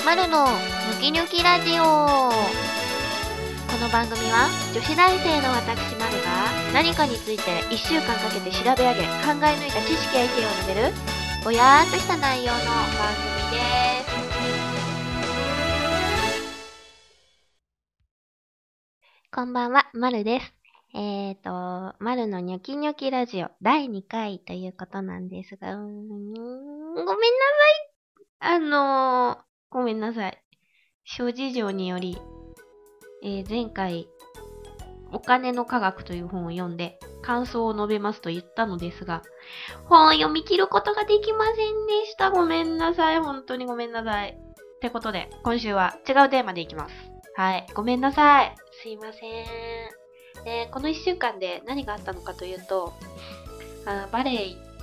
まるのニョキニョキラジオ。この番組は女子大生の私まるが何かについて1週間かけて調べ上げ考え抜いた知識や意見を述べるぼやーっとした内容の番組です。こんばんは、まるです。まるのニョキニョキラジオ第2回ということなんですが、ごめんなさい。ごめんなさい。諸事情により、前回、お金の科学という本を読んで、感想を述べますと言ったのですが、本を読み切ることができませんでした。ごめんなさい。本当にごめんなさい。ってことで、今週は違うテーマでいきます。はい。ごめんなさい。すいません。この1週間で何があったのかというと、バレエ行って、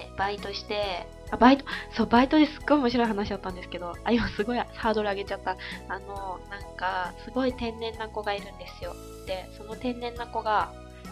バイトして、バイトですっごい面白い話だったんですけど、今すごいハードル上げちゃった。すごい天然な子がいるんですよ。で、その天然な子が、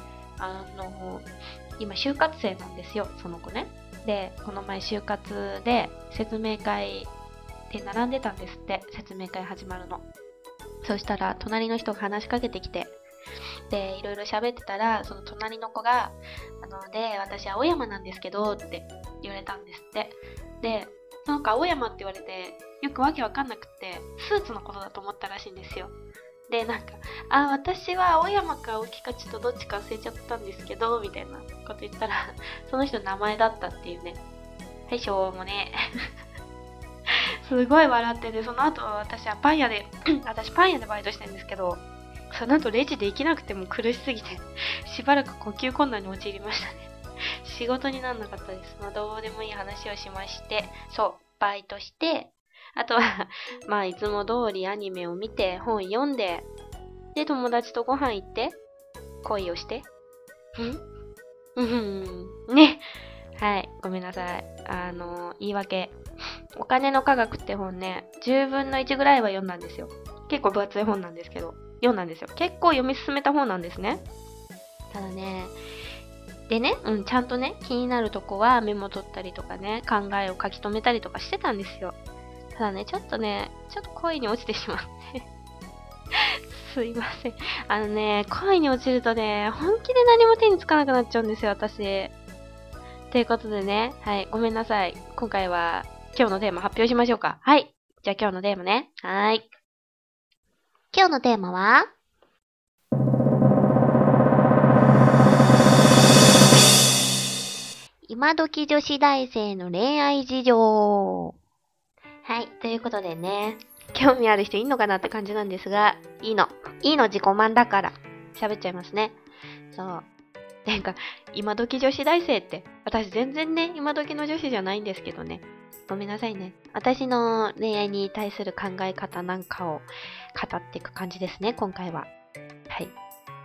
今就活生なんですよ、その子ね。で、この前就活で説明会で並んでたんですって、説明会始まるの。そしたら、隣の人が話しかけてきて、で、いろいろ喋ってたら、その隣の子が、私青山なんですけど、って言われたんですって。で、なんか青山って言われて、よくわけわかんなくって、スーツのことだと思ったらしいんですよ。で、私は青山か青木かちょっとどっちか忘れちゃったんですけど、みたいなこと言ったら、その人の名前だったっていうね。はい、しょうもね。すごい笑ってて、その後私パン屋でバイトしてるんですけど、その後レジできなくても苦しすぎて、しばらく呼吸困難に陥りましたね。仕事になんなかったです。どうでもいい話をしまして、そう、バイトして、あとは、いつも通りアニメを見て、本読んで、で、友達とご飯行って、恋をして。ね。はい、ごめんなさい。言い訳。お金の科学って本ね、10分の1ぐらいは読んだんですよ。結構分厚い本なんですけど、読んだんですよ。結構読み進めた本なんですね。ただね、でね、ちゃんとね、気になるとこはメモ取ったりとかね、考えを書き留めたりとかしてたんですよ。ただね、ちょっと恋に落ちてしまって。すいません。恋に落ちるとね、本気で何も手につかなくなっちゃうんですよ、私。ということでね、はい、ごめんなさい。今回は、今日のテーマ発表しましょうか。はい。じゃあ今日のテーマね。はい。今日のテーマは、今時女子大生の恋愛事情。はい。ということでね、興味ある人いんのかなって感じなんですが、いいの自己満だから。喋っちゃいますね。そう。今時女子大生って、私全然ね、今時の女子じゃないんですけどね。ごめんなさいね。私の恋愛に対する考え方なんかを語っていく感じですね、今回は。はい。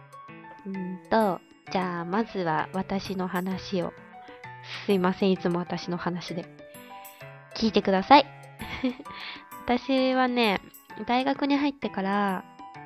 じゃあ、まずは私の話を。すいません、いつも私の話で。聞いてください。私はね、大学に入ってから、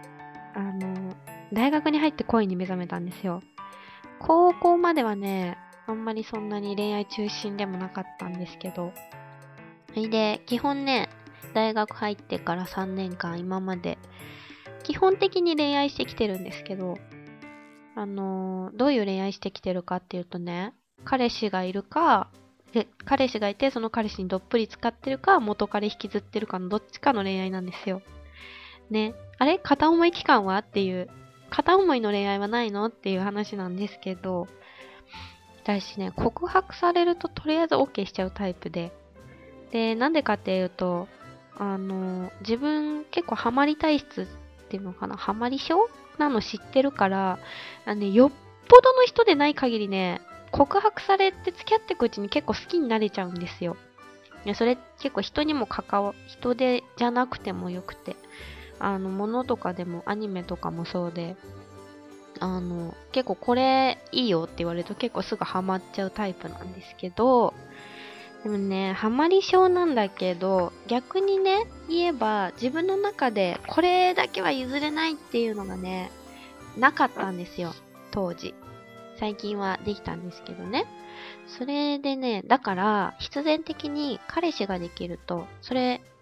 大学に入って恋に目覚めたんですよ。高校まではね、あんまりそんなに恋愛中心でもなかったんですけど。で、基本ね、大学入ってから3年間今まで、基本的に恋愛してきてるんですけど、どういう恋愛してきてるかっていうとね、彼氏がいるか、彼氏がいてその彼氏にどっぷり使ってるか、元彼引きずってるかのどっちかの恋愛なんですよ。ね、あれ片思い期間はっていう、片思いの恋愛はないのっていう話なんですけど、私ね、告白されるととりあえず OK しちゃうタイプで、なんでかっていうと、自分結構ハマり体質っていうのかな、ハマり症なの知ってるから、よっぽどの人でない限りね、告白されて付き合っていくうちに結構好きになれちゃうんですよ。いや、それ結構人にも人でじゃなくてもよくて、物とかでもアニメとかもそうで、結構これいいよって言われると結構すぐハマっちゃうタイプなんですけど、でもね、ハマり症なんだけど、逆にね、言えば自分の中でこれだけは譲れないっていうのがね、なかったんですよ、当時。最近はできたんですけどね。それでね、だから必然的に彼氏ができると、それが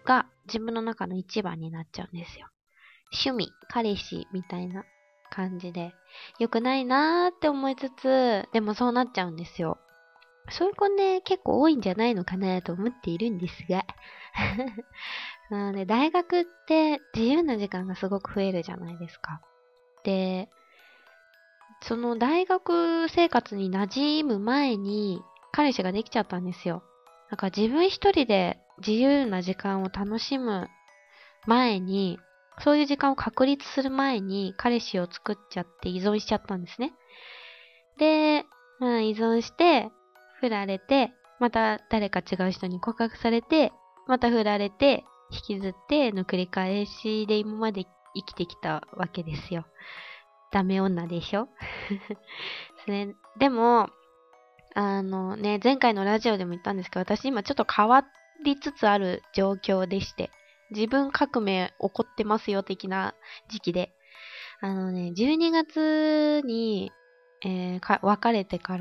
自分の中の一番になっちゃうんですよ。趣味、彼氏みたいな感じで、良くないなーって思いつつ、でもそうなっちゃうんですよ。そういう子ね、結構多いんじゃないのかなと思っているんですが。なので、大学って自由な時間がすごく増えるじゃないですか。で、その大学生活に馴染む前に彼氏ができちゃったんですよ。だから自分一人で自由な時間を楽しむ前に、そういう時間を確立する前に彼氏を作っちゃって依存しちゃったんですね。で、依存して、振られて、また誰か違う人に告白されて、また振られて、引きずっての繰り返しで今まで生きてきたわけですよ。ダメ女でしょでも、前回のラジオでも言ったんですけど、私今ちょっと変わりつつある状況でして、自分革命起こってますよ的な時期で、12月に、別れてから、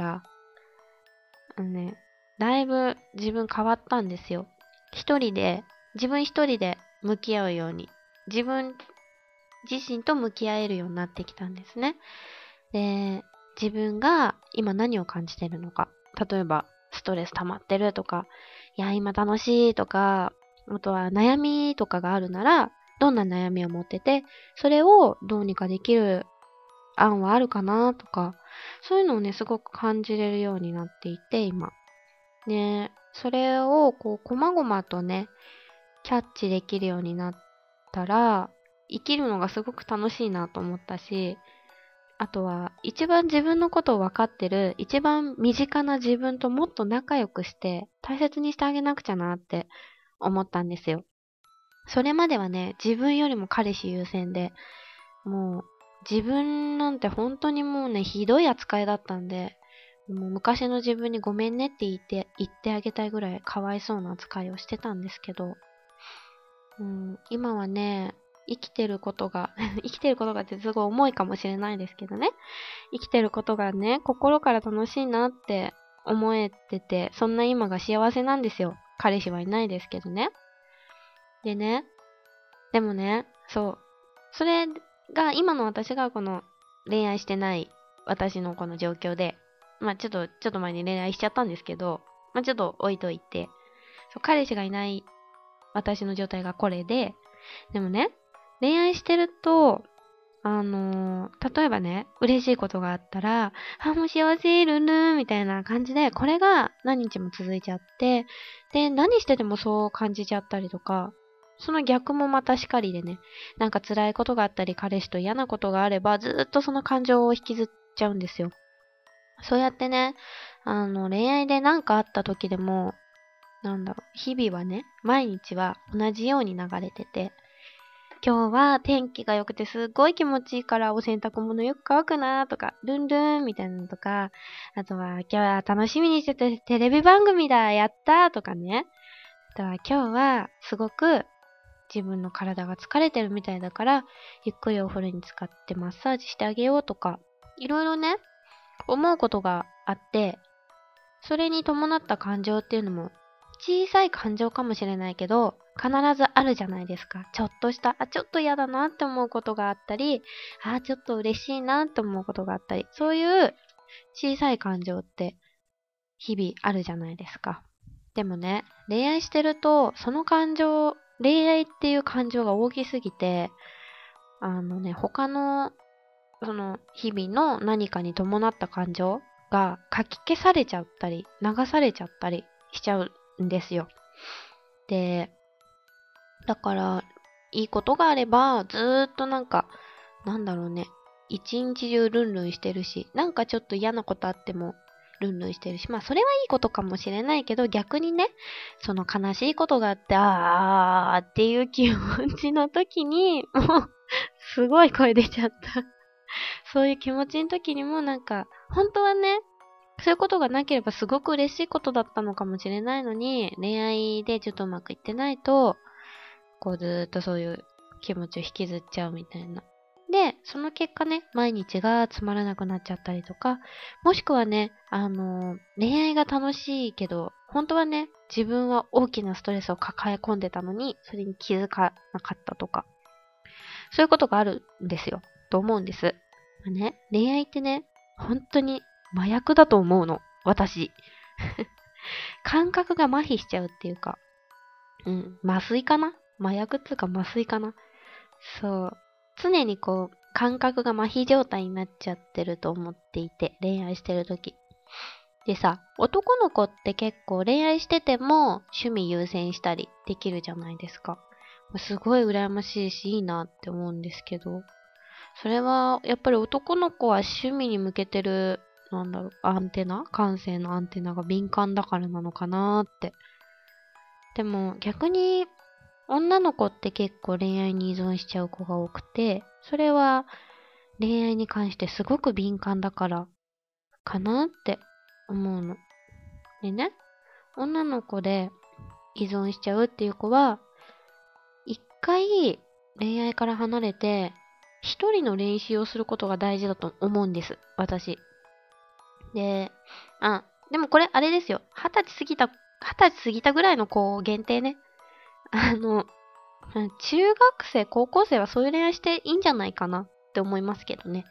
だいぶ自分変わったんですよ。自分一人で向き合うように、自分自身と向き合えるようになってきたんですね。で、自分が今何を感じてるのか。例えば、ストレス溜まってるとか、いや、今楽しいとか、あとは悩みとかがあるなら、どんな悩みを持ってて、それをどうにかできる案はあるかなとか、そういうのをね、すごく感じれるようになっていて、今。ね、それを、こまごまとね、キャッチできるようになったら、生きるのがすごく楽しいなと思ったし、あとは、一番自分のことを分かってる、一番身近な自分ともっと仲良くして、大切にしてあげなくちゃなって思ったんですよ。それまではね、自分よりも彼氏優先で、もう、自分なんて本当にもうね、ひどい扱いだったんで、もう昔の自分にごめんねって言ってあげたいぐらいかわいそうな扱いをしてたんですけど、今はね、生きてることが生きてることがってすごい重いかもしれないですけどね。生きてることがね、心から楽しいなって思えてて、そんな今が幸せなんですよ。彼氏はいないですけどね。でね、でもね、そう。それが、今の私がこの恋愛してない私のこの状況で、ちょっと前に恋愛しちゃったんですけど、ちょっと置いといて、そう、彼氏がいない私の状態がこれで、でもね、恋愛してると、例えばね、嬉しいことがあったら、もう幸せルンルンみたいな感じで、これが何日も続いちゃって、で、何しててもそう感じちゃったりとか、その逆もまたしかりでね、なんか辛いことがあったり、彼氏と嫌なことがあれば、ずっとその感情を引きずっちゃうんですよ。そうやってね、恋愛で何かあった時でも、日々はね、毎日は同じように流れてて、今日は天気が良くてすっごい気持ちいいからお洗濯物よく乾くなとか、ルンルンみたいなのとか、あとは今日は楽しみにしててテレビ番組だ、やったとかね。あとは今日はすごく自分の体が疲れてるみたいだから、ゆっくりお風呂に浸かってマッサージしてあげようとか、いろいろね、思うことがあって、それに伴った感情っていうのも小さい感情かもしれないけど、必ずあるじゃないですか。ちょっとした、ちょっと嫌だなって思うことがあったり、ちょっと嬉しいなって思うことがあったり、そういう小さい感情って日々あるじゃないですか。でもね、恋愛してると、その感情、恋愛っていう感情が大きすぎて、他の、その日々の何かに伴った感情がかき消されちゃったり、流されちゃったりしちゃうんですよ。で、だから、いいことがあれば、ずーっと一日中ルンルンしてるし、なんかちょっと嫌なことあっても、ルンルンしてるし、それはいいことかもしれないけど、逆にね、その悲しいことがあって、っていう気持ちの時に、もう、すごい声出ちゃった。そういう気持ちの時にも本当はね、そういうことがなければすごく嬉しいことだったのかもしれないのに、恋愛でちょっとうまくいってないと、ずーっとそういう気持ちを引きずっちゃうみたいな。で、その結果ね、毎日がつまらなくなっちゃったりとか、もしくはね、恋愛が楽しいけど、 本当はね、自分は大きなストレスを抱え込んでたのに、それに気づかなかったとか、そういうことがあるんですよ。と思うんです。ね、恋愛ってね、本当に麻薬だと思うの。私。感覚が麻痺しちゃうっていうか、麻酔かな、麻薬っていうか麻酔かな。そう。常にこう、感覚が麻痺状態になっちゃってると思っていて、恋愛してるとき。でさ、男の子って結構恋愛してても趣味優先したりできるじゃないですか。すごい羨ましいしいいなって思うんですけど、それはやっぱり男の子は趣味に向けてる、アンテナ感性のアンテナが敏感だからなのかなーって。でも逆に女の子って結構恋愛に依存しちゃう子が多くて、それは恋愛に関してすごく敏感だからかなって思うの。でね、女の子で依存しちゃうっていう子は、一回恋愛から離れて、一人の練習をすることが大事だと思うんです、私。で、でもこれあれですよ。二十歳過ぎたぐらいの子限定ね。あの、中学生、高校生はそういう恋愛していいんじゃないかなって思いますけどね。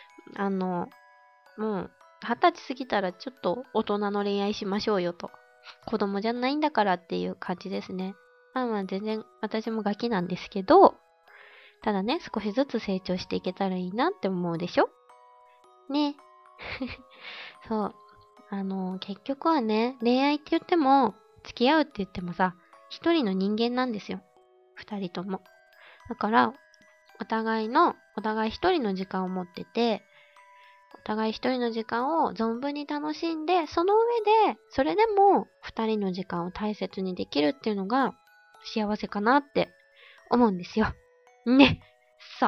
もう、20歳過ぎたらちょっと大人の恋愛しましょうよと。子供じゃないんだからっていう感じですね。全然私もガキなんですけど、ただね、少しずつ成長していけたらいいなって思うでしょね。そう。結局はね、恋愛って言っても、付き合うって言ってもさ、一人の人間なんですよ。二人とも。だから、お互い一人の時間を持ってて、お互い一人の時間を存分に楽しんで、その上で、それでも二人の時間を大切にできるっていうのが幸せかなって思うんですよ。ね。そう。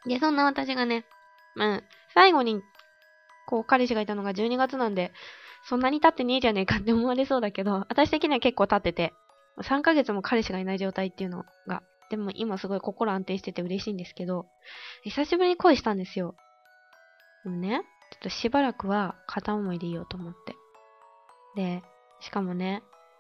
で、そんな私がね、最後に、彼氏がいたのが12月なんで、そんなに経ってねえじゃねえかって思われそうだけど、私的には結構経ってて、3ヶ月も彼氏がいない状態っていうのが、でも今すごい心安定してて嬉しいんですけど、久しぶりに恋したんですよ。でもね、ちょっとしばらくは片思いでいようと思って。で、しかもね、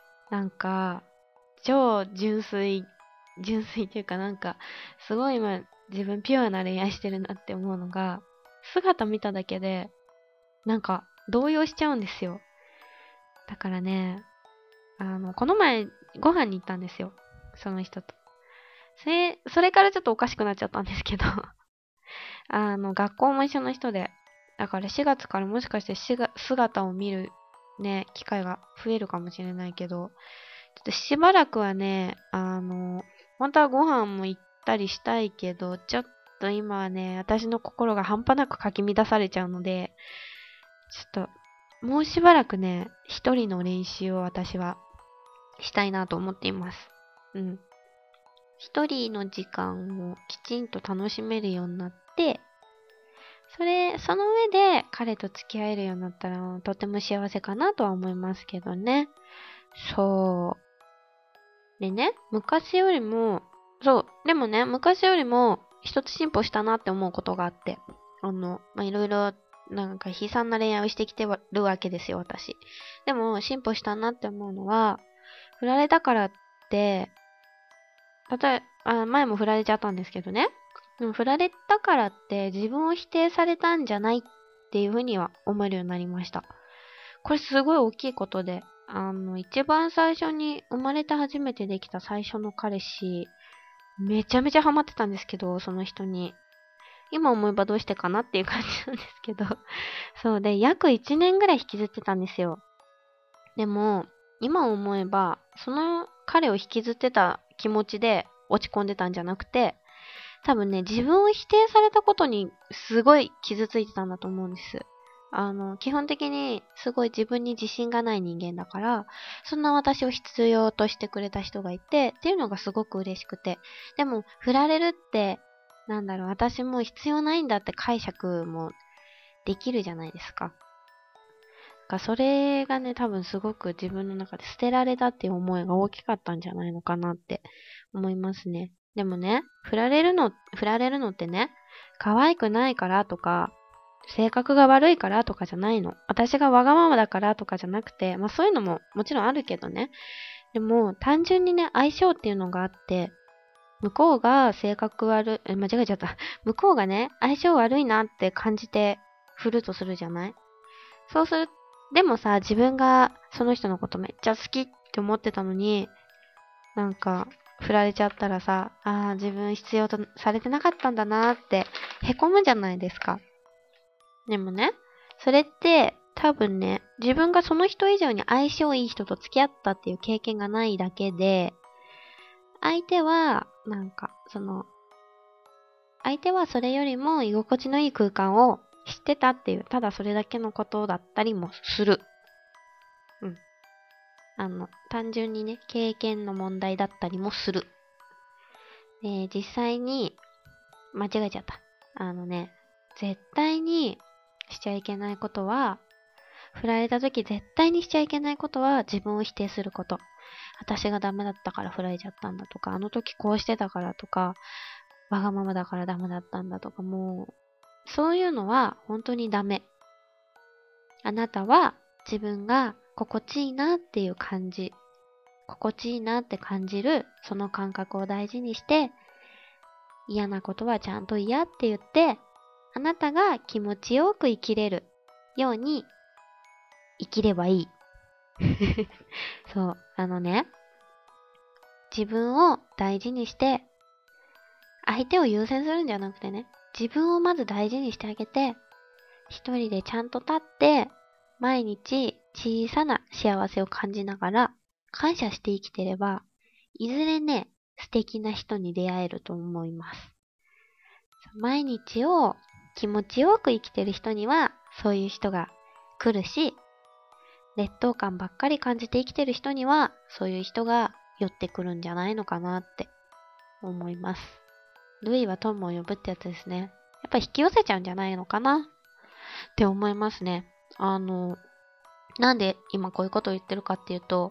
超純粋っていうかすごい今、自分ピュアな恋愛してるなって思うのが、姿見ただけで、動揺しちゃうんですよ。だからね、この前、ご飯に行ったんですよ。その人と。それからちょっとおかしくなっちゃったんですけど、学校も一緒の人で、だから4月からもしかして姿を見るね、機会が増えるかもしれないけど、ちょっとしばらくはね、本当はご飯も行ったりしたいけど、ちょっと今はね、私の心が半端なくかき乱されちゃうので、ちょっと、もうしばらくね、一人の練習を私はしたいなと思っています。うん。一人の時間をきちんと楽しめるようになって、その上で彼と付き合えるようになったらとても幸せかなとは思いますけどね。そう。でね、でもね、昔よりも一つ進歩したなって思うことがあって、いろいろ悲惨な恋愛をしてきてるわけですよ、私。でも進歩したなって思うのは、振られたからって、前も振られちゃったんですけどね。でも振られたからって自分を否定されたんじゃないっていうふうには思えるようになりました。これすごい大きいことで、一番最初に生まれて初めてできた最初の彼氏、めちゃめちゃハマってたんですけど、その人に。今思えばどうしてかなっていう感じなんですけど。そうで、約1年ぐらい引きずってたんですよ。でも、今思えば、その彼を引きずってた気持ちで落ち込んでたんじゃなくて、多分ね、自分を否定されたことにすごい傷ついてたんだと思うんです。基本的にすごい自分に自信がない人間だから、そんな私を必要としてくれた人がいて、っていうのがすごく嬉しくて。でも、振られるって、私もう必要ないんだって解釈もできるじゃないですか。それがね、多分すごく自分の中で捨てられたっていう思いが大きかったんじゃないのかなって思いますね。でもね、振られるのってね、可愛くないからとか、 性格が悪いからとかじゃないの。私がわがままだからとかじゃなくて、まあそういうのももちろんあるけどね。でも単純にね、相性っていうのがあって、向こうが性格悪い、間違えちゃった。向こうがね、相性悪いなって感じて振るとするじゃない？そうする、でもさ、自分がその人のことめっちゃ好きって思ってたのに、なんか、振られちゃったらさ、ああ、自分必要とされてなかったんだなーって、へこむじゃないですか。でもね、それって多分ね、自分がその人以上に相性いい人と付き合ったっていう経験がないだけで、相手は、相手はそれよりも居心地のいい空間を知ってたっていう、ただそれだけのことだったりもする。うん。単純にね、経験の問題だったりもする。実際に、間違えちゃった。絶対にしちゃいけないことは、振られた時絶対にしちゃいけないことは自分を否定すること。私がダメだったから振られちゃったんだとか、あの時こうしてたからとか、わがままだからダメだったんだとか、もう、そういうのは本当にダメ。あなたは自分が心地いいなっていう感じ、心地いいなって感じる、その感覚を大事にして、嫌なことはちゃんと嫌って言って、あなたが気持ちよく生きれるように生きればいい。そう、自分を大事にして、相手を優先するんじゃなくてね、自分をまず大事にしてあげて、一人でちゃんと立って、毎日小さな幸せを感じながら、感謝して生きてれば、いずれね、素敵な人に出会えると思います。毎日を気持ちよく生きてる人には、そういう人が来るし、劣等感ばっかり感じて生きてる人には、そういう人が寄ってくるんじゃないのかなって思います。類は友を呼ぶってやつですね。やっぱ引き寄せちゃうんじゃないのかなって思いますね。なんで今こういうことを言ってるかっていうと、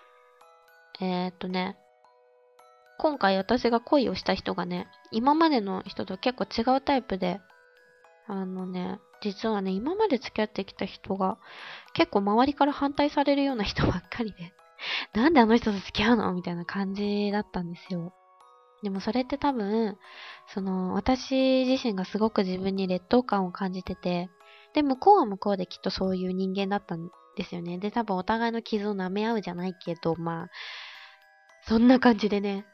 今回私が恋をした人がね、今までの人と結構違うタイプで、実はね、今まで付き合ってきた人が結構周りから反対されるような人ばっかりで、なんであの人と付き合うのみたいな感じだったんですよ。でもそれって多分、私自身がすごく自分に劣等感を感じてて、で、向こうは向こうできっとそういう人間だったんですよね。で、多分お互いの傷を舐め合うじゃないけど、まあ、そんな感じでね、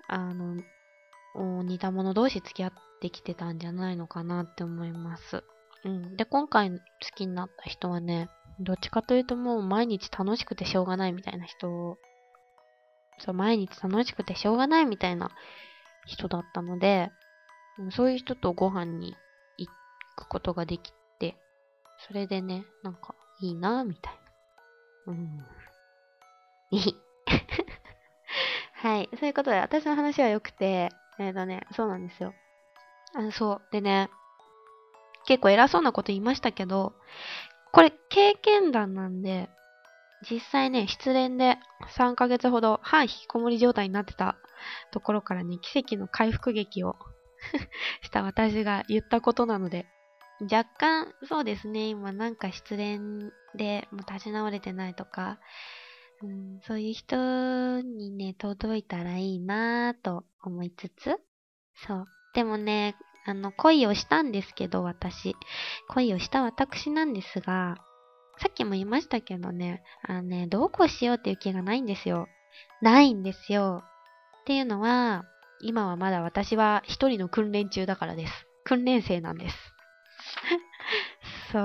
似た者同士付き合ってきてたんじゃないのかなって思います。うん。で、今回好きになった人はね、どっちかというともう毎日楽しくてしょうがないみたいな人、そう、毎日楽しくてしょうがないみたいな人だったので、そういう人とご飯に行くことができて、それでね、なんかいいなみたいな。うん。いい。はい。そういうことで、私の話は良くて、そうなんですよ。そう。でね、結構偉そうなこと言いましたけど、これ経験談なんで、実際ね、失恋で3ヶ月ほど半引きこもり状態になってたところからね、奇跡の回復劇をした私が言ったことなので、若干、そうですね、今なんか失恋でもう立ち直れてないとか、そういう人にね、届いたらいいなぁと思いつつ、そう。でもね、恋をしたんですけど、私。恋をした私なんですが、さっきも言いましたけどね、どうこうしようっていう気がないんですよ。ないんですよ。っていうのは、今はまだ私は一人の訓練中だからです。訓練生なんです。そう。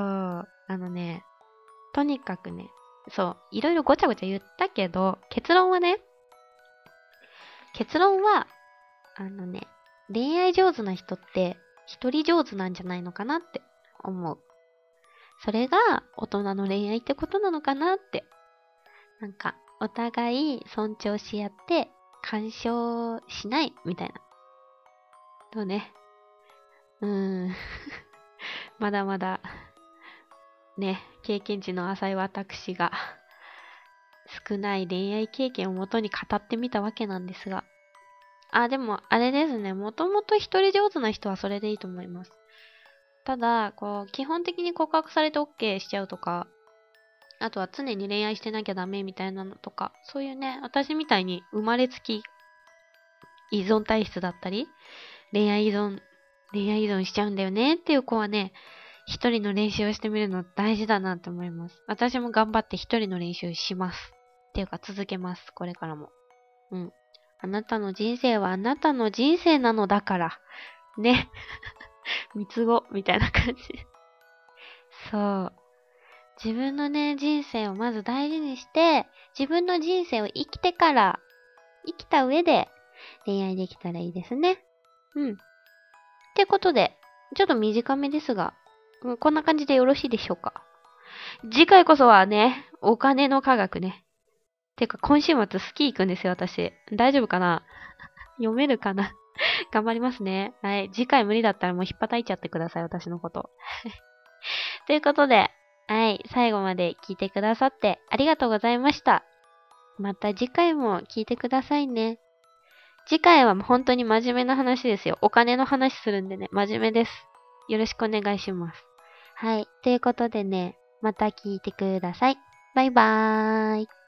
とにかくね、そう、いろいろごちゃごちゃ言ったけど、結論は、あのね、恋愛上手な人って一人上手なんじゃないのかなって思う。それが大人の恋愛ってことなのかなって。なんか、お互い尊重し合って干渉しないみたいな。とね。まだまだ、ね、経験値の浅い私が少ない恋愛経験をもとに語ってみたわけなんですが。でも、あれですね。もともと一人上手な人はそれでいいと思います。 ただ、基本的に告白されて OK しちゃうとか、あとは常に恋愛してなきゃダメみたいなのとか、そういうね、私みたいに生まれつき依存体質だったり、恋愛依存しちゃうんだよねっていう子はね、一人の練習をしてみるの大事だなって思います。私も頑張って一人の練習します。っていうか続けます。これからも。うん。あなたの人生はあなたの人生なのだから。ね。三つ子みたいな感じ。そう。自分のね、人生をまず大事にして、自分の人生を生きてから、生きた上で恋愛できたらいいですね。うん。ってことで、ちょっと短めですが、こんな感じでよろしいでしょうか。次回こそはね、お金の科学ね。てか、今週末スキー行くんですよ、私。大丈夫かな？読めるかな？頑張りますね。はい。次回無理だったらもう引っ叩いちゃってください、私のこと。ということで、はい。最後まで聞いてくださってありがとうございました。また次回も聞いてくださいね。次回は本当に真面目な話ですよ。お金の話するんでね、真面目です。よろしくお願いします。はい。ということでね、また聞いてください。バイバーイ。